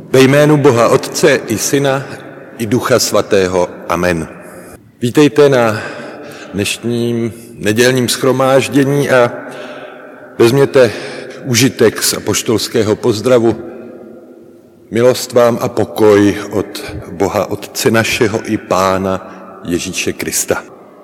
Ve jménu Boha Otce i Syna i Ducha Svatého. Amen. Vítejte na dnešním nedělním shromáždění a vezměte užitek z apoštolského pozdravu. Milost vám a pokoj od Boha Otce našeho i Pána Ježíše Krista.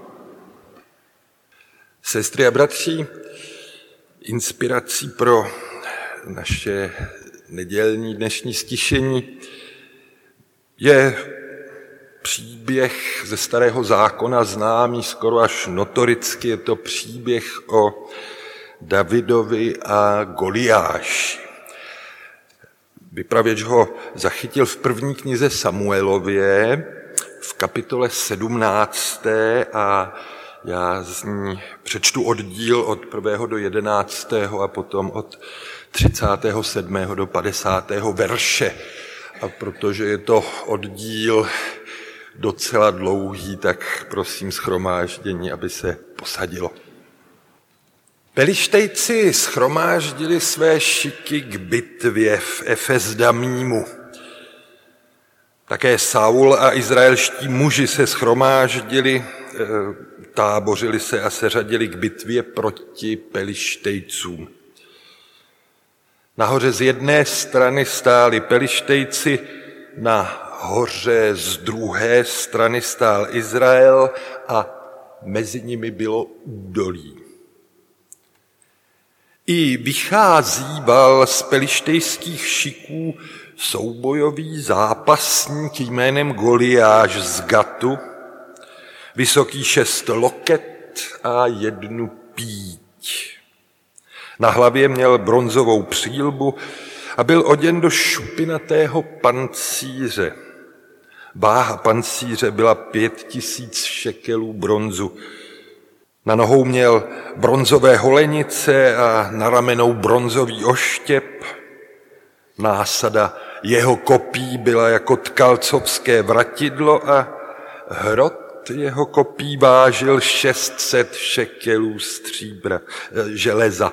Sestry a bratři, inspirací pro naše nedělní dnešní stišení je příběh ze Starého zákona známý skoro až notoricky. Je to příběh o Davidovi a Goliáši. Vypravěč ho zachytil v první knize Samuelově v kapitole 17. a já z ní přečtu oddíl od 1. do 11. a potom od 37. do 50. verše. A protože je to oddíl docela dlouhý, tak prosím shromáždění, aby se posadilo. Pelištejci shromáždili své šiky k bitvě v Efes-Damímu. Také Saul a izraelští muži se shromáždili, tábořili se a seřadili k bitvě proti Pelištejcům. Nahoře z jedné strany stáli Pelištejci, na hoře z druhé strany stál Izrael a mezi nimi bylo údolí. I vycházíval z pelištejských šiků soubojový zápasník jménem Goliáš z Gatu, vysoký 6 loket a 1 píť. Na hlavě měl bronzovou přílbu a byl oděn do šupinatého pancíře. Váha pancíře byla 5000 šekelů bronzu. Na nohou měl bronzové holenice a na ramenou bronzový oštěp. Násada jeho kopí byla jako tkalcovské vratidlo a hrot jeho kopí vážil 600 šekelů železa.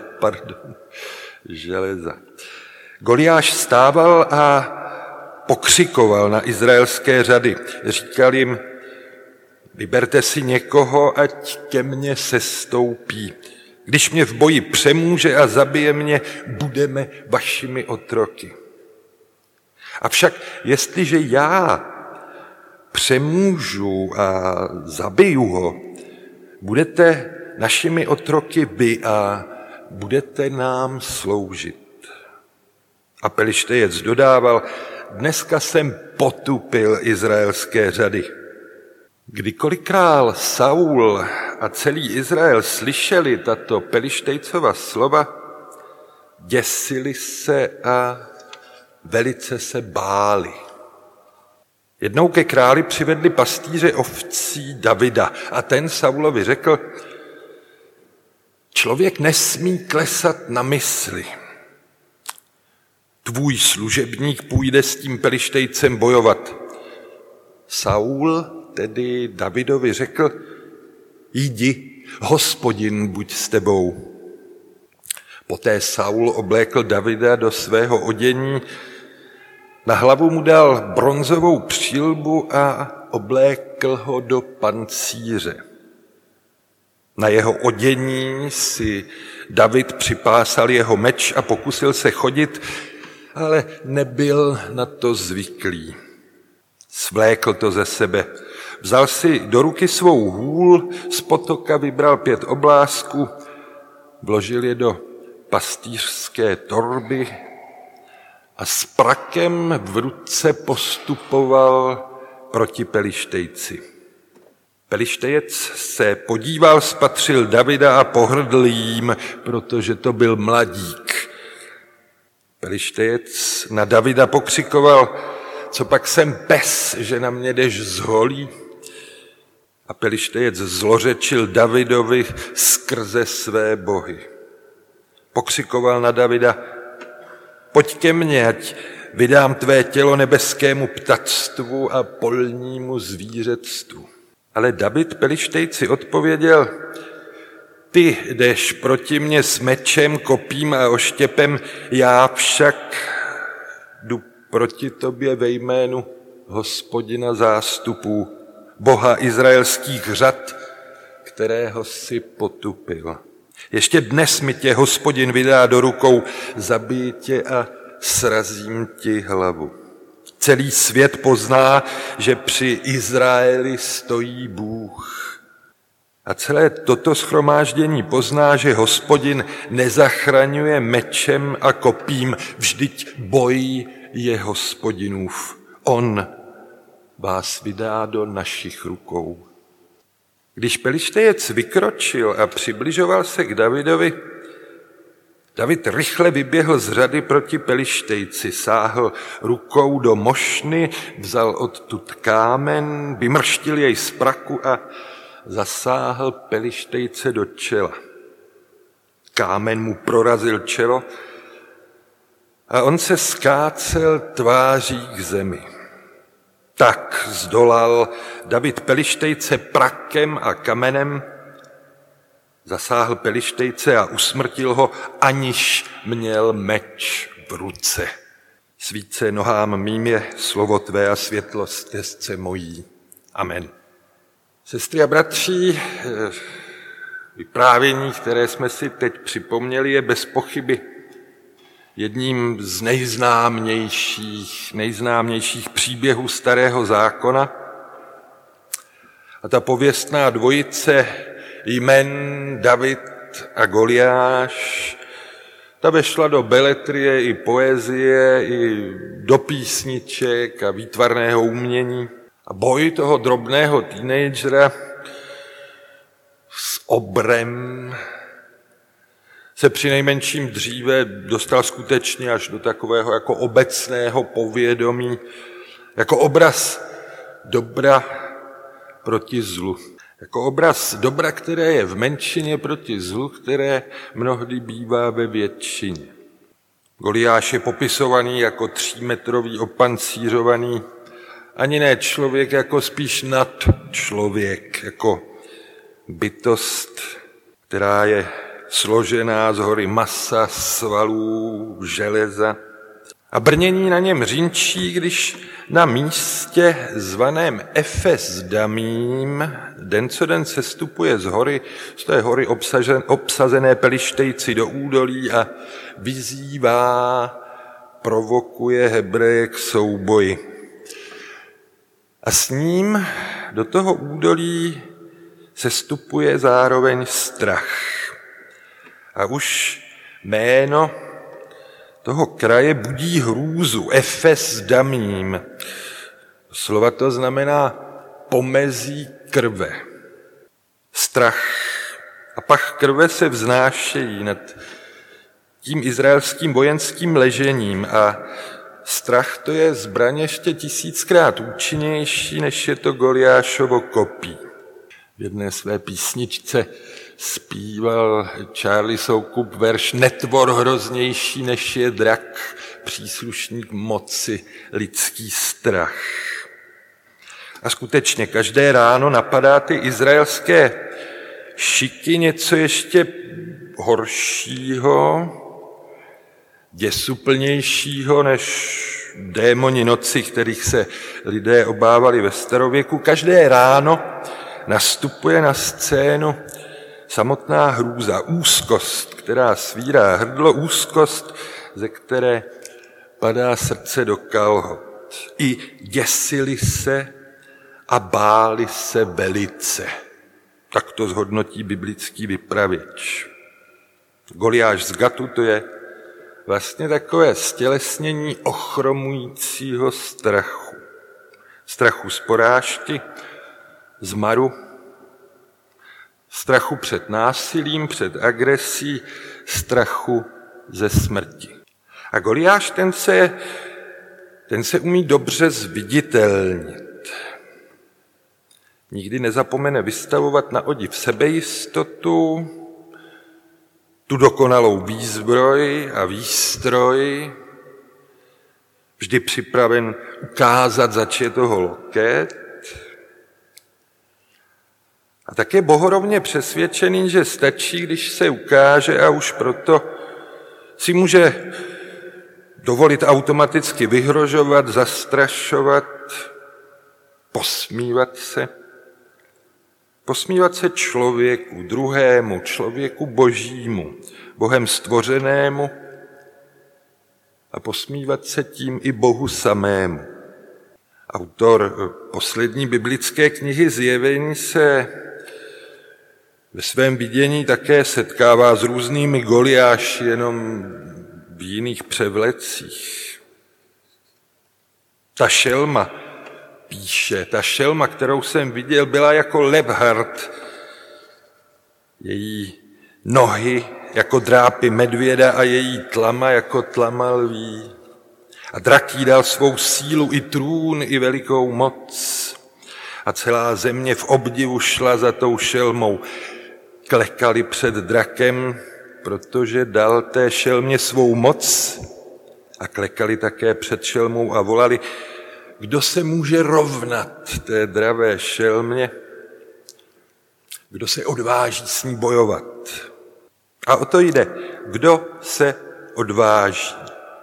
Goliáš stával a pokřikoval na izraelské řady. Říkal jim: vyberte si někoho, ať ke mně sestoupí. Když mě v boji přemůže a zabije mě, budeme vašimi otroky. Avšak jestliže já přemůžu a zabiju ho, budete našimi otroky vy a budete nám sloužit. A Pelištejec dodával: dneska jsem potupil izraelské řady. Kdykoliv král Saul a celý Izrael slyšeli tato Pelištejcova slova, děsili se a velice se báli. Jednou ke králi přivedli pastýře ovcí Davida a ten Saulovi řekl: člověk nesmí klesat na mysli. Tvůj služebník půjde s tím Pelištejcem bojovat. Saul tedy Davidovi řekl: jdi, Hospodin buď s tebou. Poté Saul oblékl Davida do svého odění, na hlavu mu dal bronzovou přílbu a oblékl ho do pancíře. Na jeho odění si David připásal jeho meč a pokusil se chodit, ale nebyl na to zvyklý. Svlékl to ze sebe. Vzal si do ruky svou hůl, z potoka vybral 5 oblásků, vložil je do pastýřské torby a s prakem v ruce postupoval proti Pelištejci. Pelištejec se podíval, spatřil Davida a pohrdl jím, protože to byl mladík. Pelištejec na Davida pokřikoval: co pak jsem pes, že na mě jdeš z holí? A Pelištejec zlořečil Davidovi skrze své bohy. Pokřikoval na Davida: pojď ke mně, ať vydám tvé tělo nebeskému ptactvu a polnímu zvířectvu. Ale David Pelištejci odpověděl: ty jdeš proti mně s mečem, kopím a oštěpem, já však jdu proti tobě ve jménu Hospodina zástupů, Boha izraelských řad, kterého si potupil. Ještě dnes mi tě Hospodin vydá do rukou, zabiji tě a srazím ti hlavu. Celý svět pozná, že při Izraeli stojí Bůh. A celé toto shromáždění pozná, že Hospodin nezachraňuje mečem a kopím, vždyť boj je Hospodinův. On vás vydá do našich rukou. Když Pelištejec vykročil a přibližoval se k Davidovi, David rychle vyběhl z řady proti Pelištejci, sáhl rukou do mošny, vzal odtud kámen, vymrštil jej z praku a zasáhl Pelištejce do čela. Kámen mu prorazil čelo a on se skácel tváří k zemi. Tak zdolal David Pelištejce prakem a kamenem, zasáhl Pelištejce a usmrtil ho, aniž měl meč v ruce. Svíce nohám mým je slovo tvé a světlo stezce mojí. Amen. Sestry a bratři, vyprávění, které jsme si teď připomněli, je bez pochyby jedním z nejznámějších příběhů Starého zákona. A ta pověstná dvojice jmen David a Goliáš, ta vešla do beletrie i poezie, i do písniček a výtvarného umění. A boj toho drobného teenagera s obrem se přinejmenším dříve dostal skutečně až do takového jako obecného povědomí, jako obraz dobra proti zlu. Jako obraz dobra, které je v menšině proti zlu, které mnohdy bývá ve většině. Goliáš je popisovaný jako 3metrový opancířovaný, ani ne člověk, jako spíš nadčlověk, jako bytost, která je složená z hory masa, svalů, železa. A brnění na něm řinčí, když na místě zvaném Efes Damím den co den sestupuje z té hory obsazené Pelištejci do údolí a vyzývá, provokuje Hebreje k souboji. A s ním do toho údolí sestupuje zároveň strach. A už jméno toho kraje budí hrůzu. Efes Damím. Slova to znamená pomezí krve. Strach a pach krve se vznášejí nad tím izraelským vojenským ležením a strach to je zbraň ještě 1000krát účinnější, než je to Goliášovo kopí. V jedné své písničce zpíval Charlie Soukup verš Netvor hroznější, než je drak, příslušník moci, lidský strach. A skutečně každé ráno napadá ty izraelské šiky něco ještě horšího, děsuplnějšího než démoni noci, kterých se lidé obávali ve starověku. Každé ráno nastupuje na scénu samotná hrůza, úzkost, která svírá hrdlo, úzkost, ze které padá srdce do kalhot. I děsili se a báli se velice. Tak to zhodnotí biblický vypravěč. Goliáš z Gatu to je vlastně takové stělesnění ochromujícího strachu. Strachu z porážky, z maru, strachu před násilím, před agresí, strachu ze smrti. A Goliáš ten se umí dobře zviditelnit. Nikdy nezapomene vystavovat na odiv sebejistotu, tu dokonalou výzbroj a výstroj, vždy připraven ukázat, zač je toho loket. A tak je bohorovně přesvědčený, že stačí, když se ukáže a už proto si může dovolit automaticky vyhrožovat, zastrašovat, posmívat se. Posmívat se člověku, druhému, člověku božímu, Bohem stvořenému a posmívat se tím i Bohu samému. Autor poslední biblické knihy Zjevení se ve svém vidění také setkává s různými Goliáši, jenom v jiných převlecích. Ta šelma, píše, ta šelma, kterou jsem viděl, byla jako lephart. Její nohy jako drápy medvěda a její tlama jako tlama lví. A drak jí dal svou sílu i trůn, i velikou moc. A celá země v obdivu šla za tou šelmou. Klekali před drakem, protože dal té šelmě svou moc a klekali také před šelmou a volali, kdo se může rovnat té dravé šelmě, kdo se odváží s ní bojovat. A o to jde, kdo se odváží.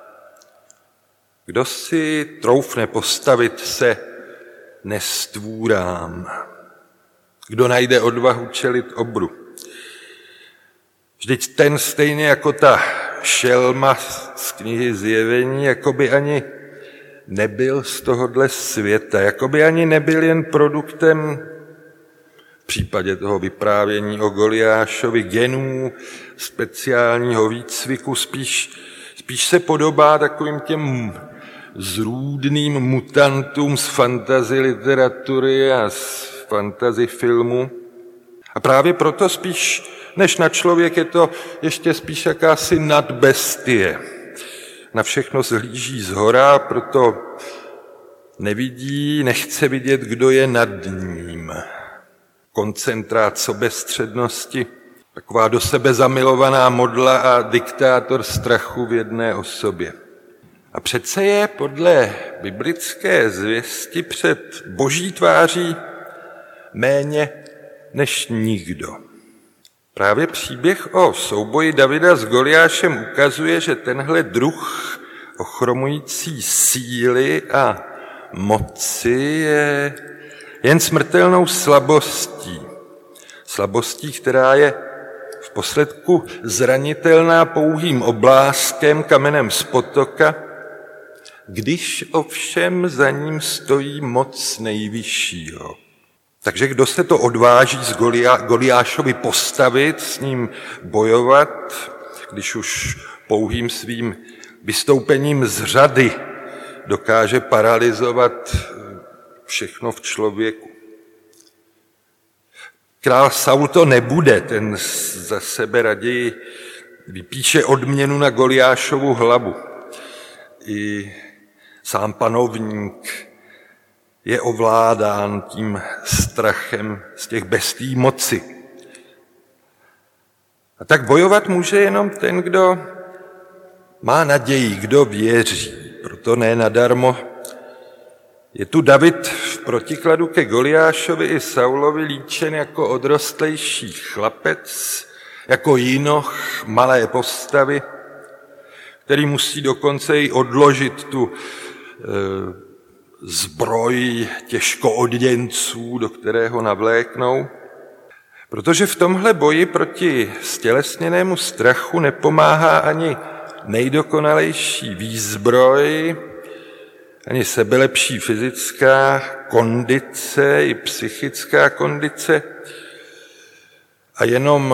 Kdo si troufne postavit se nestvůrám. Kdo najde odvahu čelit obru. Vždyť ten stejně jako ta šelma z knihy Zjevení, jako by ani nebyl z tohohle světa, jako by ani nebyl jen produktem v případě toho vyprávění o Goliášovi genů, speciálního výcviku, spíš se podobá takovým těm zrůdným mutantům z fantasy literatury a z fantasy filmu. A právě proto spíš než na člověk je to ještě spíš jakási nadbestie. Na všechno zhlíží zhora, proto nevidí, nechce vidět, kdo je nad ním. Koncentrát sobestřednosti, taková do sebe zamilovaná modla a diktátor strachu v jedné osobě. A přece je podle biblické zvěsti před boží tváří méně než nikdo. Právě příběh o souboji Davida s Goliášem ukazuje, že tenhle druh ochromující síly a moci je jen smrtelnou slabostí. Slabostí, která je v posledku zranitelná pouhým obláskem, kamenem z potoka, když ovšem za ním stojí moc nejvyššího. Takže kdo se to odváží s Goliášovi postavit, s ním bojovat, když už pouhým svým vystoupením z řady dokáže paralyzovat všechno v člověku. Král Saul to nebude, ten za sebe raději vypíše odměnu na Goliášovu hlavu. I sám panovník je ovládán tím strachem z těch bestií moci. A tak bojovat může jenom ten, kdo má naději, kdo věří. Proto ne nadarmo je tu David v protikladu ke Goliášovi i Saulovi líčen jako odrostlejší chlapec, jako jinoch malé postavy, který musí dokonce i odložit tu zbroj těžkooděnců, do kterého navléknou. Protože v tomhle boji proti stělesněnému strachu nepomáhá ani nejdokonalejší výzbroj, ani sebelepší fyzická kondice i psychická kondice a jenom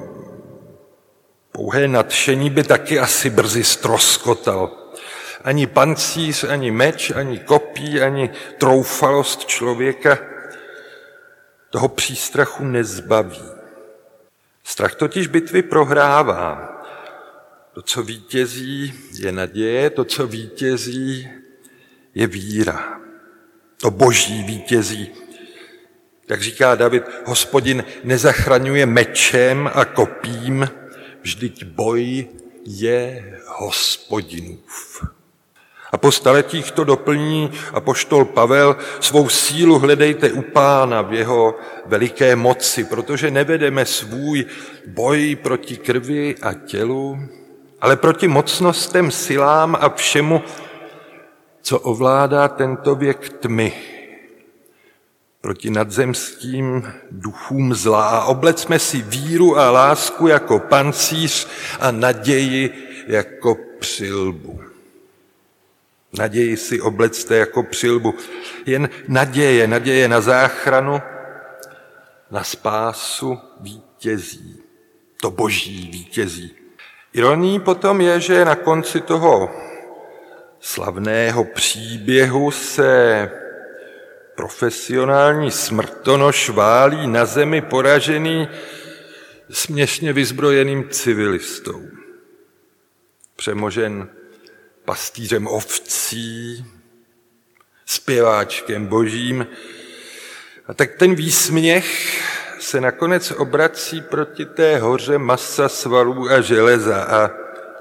pouhé nadšení by taky asi brzy ztroskotal. Ani pancíř, ani meč, ani kopí, ani troufalost člověka toho přístrachu nezbaví. Strach totiž bitvy prohrává. To, co vítězí, je naděje, to, co vítězí, je víra. To boží vítězí. Jak říká David, Hospodin nezachraňuje mečem a kopím, vždyť boj je Hospodinův. A po staletích to doplní apoštol Pavel, svou sílu hledejte u Pána v jeho veliké moci, protože nevedeme svůj boj proti krvi a tělu, ale proti mocnostem, silám a všemu, co ovládá tento věk tmy, proti nadzemským duchům zla. A oblecme si víru a lásku jako pancíř a naději jako přilbu. Naději si oblecte jako přilbu. Jen naděje na záchranu, na spásu vítězí. To boží vítězí. Ironií potom je, že na konci toho slavného příběhu se profesionální smrtonoš válí na zemi poražený směšně vyzbrojeným civilistou. Přemožen pastýřem ovcí, zpěváčkem božím. A tak ten výsměch se nakonec obrací proti té hoře masa, svalů a železa. A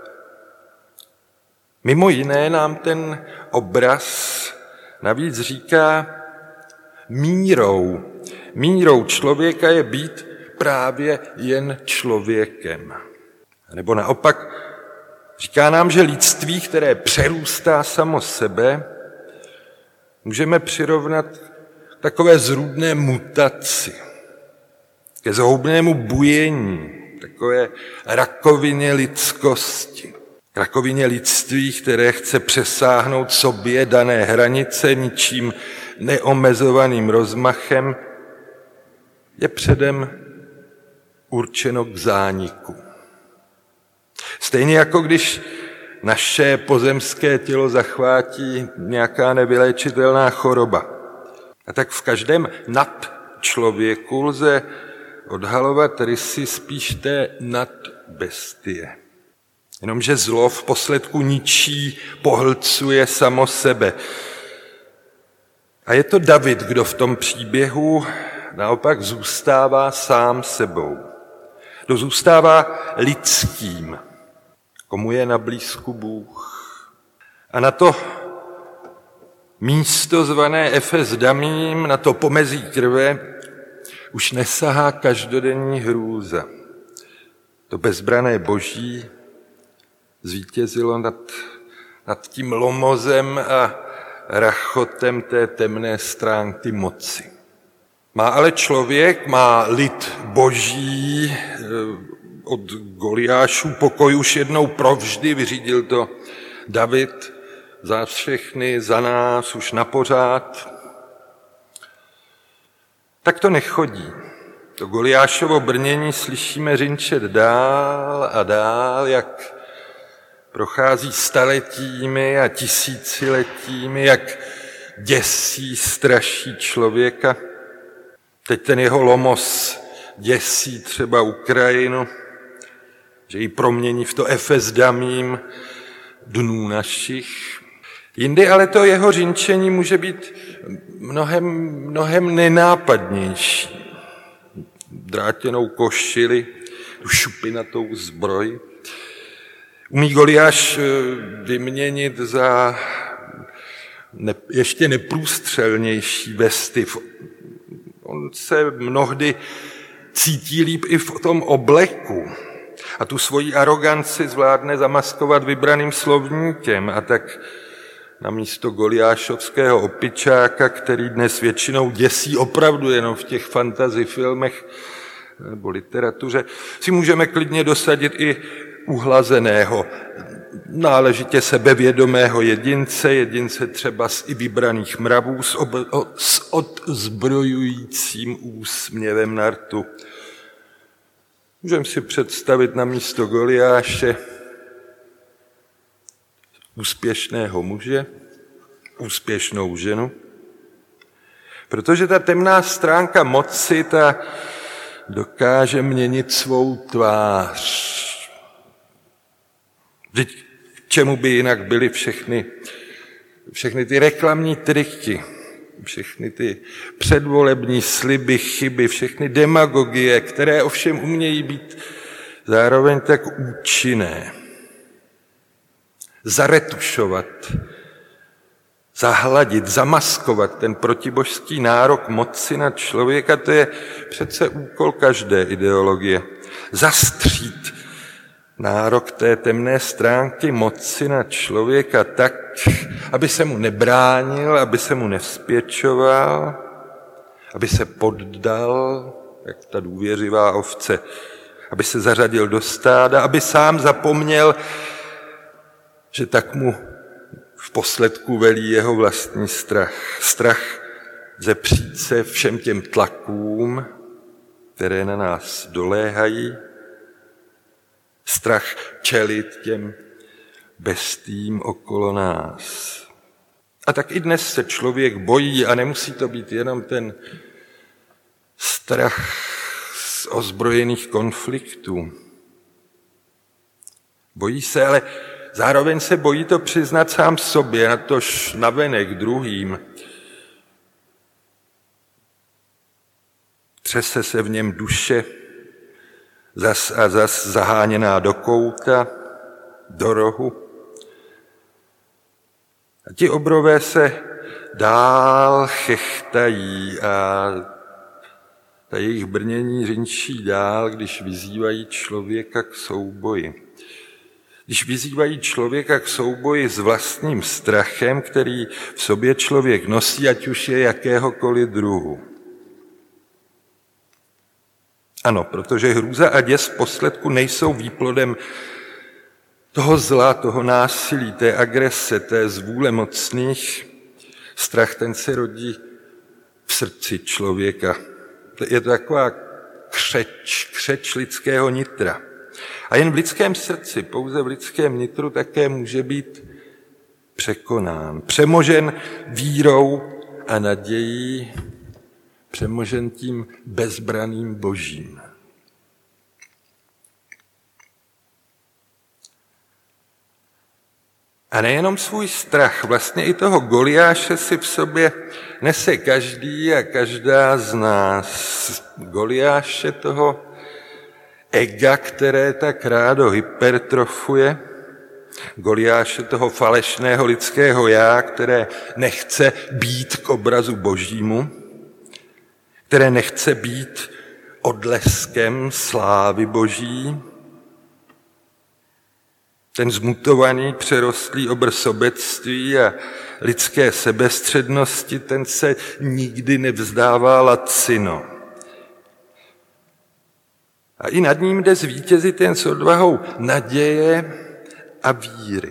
mimo jiné nám ten obraz navíc říká, mírou člověka je být právě jen člověkem. Nebo naopak říká nám, že lidství, které přerůstá samo sebe, můžeme přirovnat k takové zrůdné mutaci, ke zhoubnému bujení, takové rakovině lidskosti, rakovině lidství, které chce přesáhnout sobě dané hranice ničím neomezovaným rozmachem, je předem určeno k zániku. Stejně jako když naše pozemské tělo zachvátí nějaká nevyléčitelná choroba. A tak v každém nadčlověku lze odhalovat rysy spíš té nadbestie. Jenomže zlo v posledku ničí, pohlcuje samo sebe. A je to David, kdo v tom příběhu naopak zůstává sám sebou. Kdo zůstává lidským, komu je na blízku Bůh. A na to místo zvané Efes Damím, na to pomezí krve, už nesahá každodenní hrůza. To bezbrané boží zvítězilo nad tím lomozem a rachotem té temné stránky moci. Má ale člověk, má lid boží od Goliášů pokoj už jednou provždy, vyřídil to David za všechny, za nás, už na pořád. Tak to nechodí. To Goliášovo brnění slyšíme řinčet dál a dál, jak prochází staletími a tisíciletími, jak děsí, straší člověka. Teď ten jeho lomos děsí třeba Ukrajinu, že ji promění v to Efes Damím dnů našich. Jindy ale to jeho řinčení může být mnohem nenápadnější. Drátěnou košili, tu šupinatou zbroj. Umí Goliáš vyměnit za ještě neprůstřelnější vesty. On se mnohdy cítí líp i v tom obleku a tu svoji aroganci zvládne zamaskovat vybraným slovníkem. A tak namísto Goliášovského opičáka, který dnes většinou děsí opravdu jenom v těch fantasy filmech nebo literatuře, si můžeme klidně dosadit i uhlazeného, náležitě sebevědomého jedince třeba z i vybraných mravů s odzbrojujícím úsměvem na rtu. Můžeme si představit na místo Goliáše úspěšného muže, úspěšnou ženu, protože ta temná stránka moci, ta dokáže měnit svou tvář. Vždyť k čemu by jinak byly všechny ty reklamní triky, všechny ty předvolební sliby, chyby, všechny demagogie, které ovšem umějí být zároveň tak účinné. Zaretušovat, zahladit, zamaskovat ten protibožský nárok moci na člověka, to je přece úkol každé ideologie. Zastřít nárok té temné stránky moci na člověka tak, aby se mu nebránil, aby se mu nevzpěčoval, aby se poddal, jak ta důvěřivá ovce, aby se zařadil do stáda, aby sám zapomněl, že tak mu v posledku velí jeho vlastní strach. Strach vzepřít se všem těm tlakům, které na nás doléhají, strach čelit těm bestím okolo nás. A tak i dnes se člověk bojí, a nemusí to být jenom ten strach z ozbrojených konfliktů. Bojí se, ale zároveň se bojí to přiznat sám sobě, natož navenek druhým. Třese se v něm duše, zas a zas zaháněná do kouta, do rohu. A ti obrové se dál chechtají a ta jejich brnění řinčí dál, když vyzývají člověka k souboji. Když vyzývají člověka k souboji s vlastním strachem, který v sobě člověk nosí, ať už je jakéhokoliv druhu. Ano, protože hrůza a děs v posledku nejsou výplodem toho zla, toho násilí, té agrese, té zvůle mocných. Strach ten se rodí v srdci člověka. Je to taková křeč lidského nitra. A jen v lidském srdci, pouze v lidském nitru také může být překonán. Přemožen vírou a nadějí, přemožen tím bezbranným Božím. A nejenom svůj strach, vlastně i toho Goliáše si v sobě nese každý a každá z nás. Goliáše toho ega, které tak rádo hypertrofuje, Goliáše toho falešného lidského já, které nechce být k obrazu Božímu, které nechce být odleskem slávy Boží. Ten zmutovaný, přerostlý obr sobectví a lidské sebestřednosti, ten se nikdy nevzdává lacino. A i nad ním jde zvítězit jen s odvahou naděje a víry.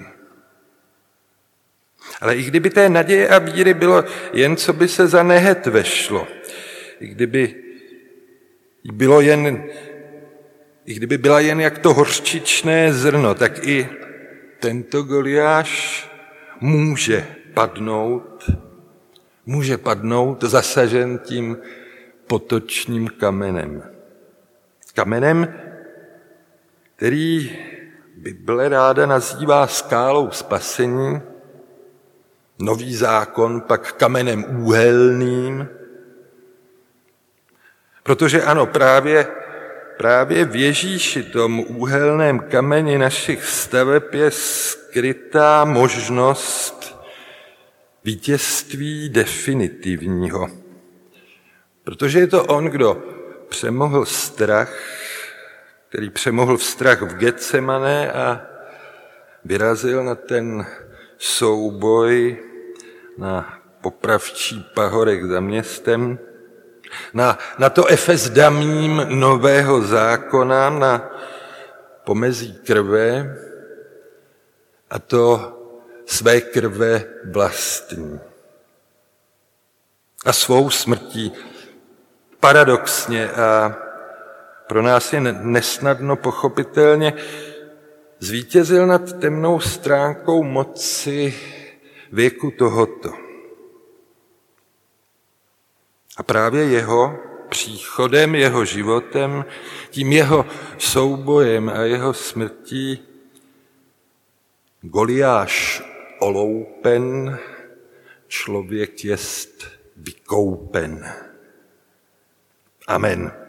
Ale i kdyby té naděje a víry bylo jen, co by se za nehet vešlo, i kdyby byla jen jak to hořčičné zrno, tak i tento Goliáš může padnout zasažen tím potočním kamenem. Kamenem, který Bible ráda nazývá skálou spasení, Nový zákon pak kamenem úhelným, protože ano, právě v Ježíši, tom úhelném kameni našich staveb, je skrytá možnost vítězství definitivního. Protože je to on, kdo přemohl strach, který přemohl strach v Getsemane a vyrazil na ten souboj na popravčí pahorek za městem, na to efesdamím nového zákona, na pomezí krve, a to své krve vlastní. A svou smrtí paradoxně a pro nás je nesnadno pochopitelně zvítězil nad temnou stránkou moci věku tohoto. A právě jeho příchodem, jeho životem, tím jeho soubojem a jeho smrtí Goliáš oloupen, člověk jest vykoupen. Amen.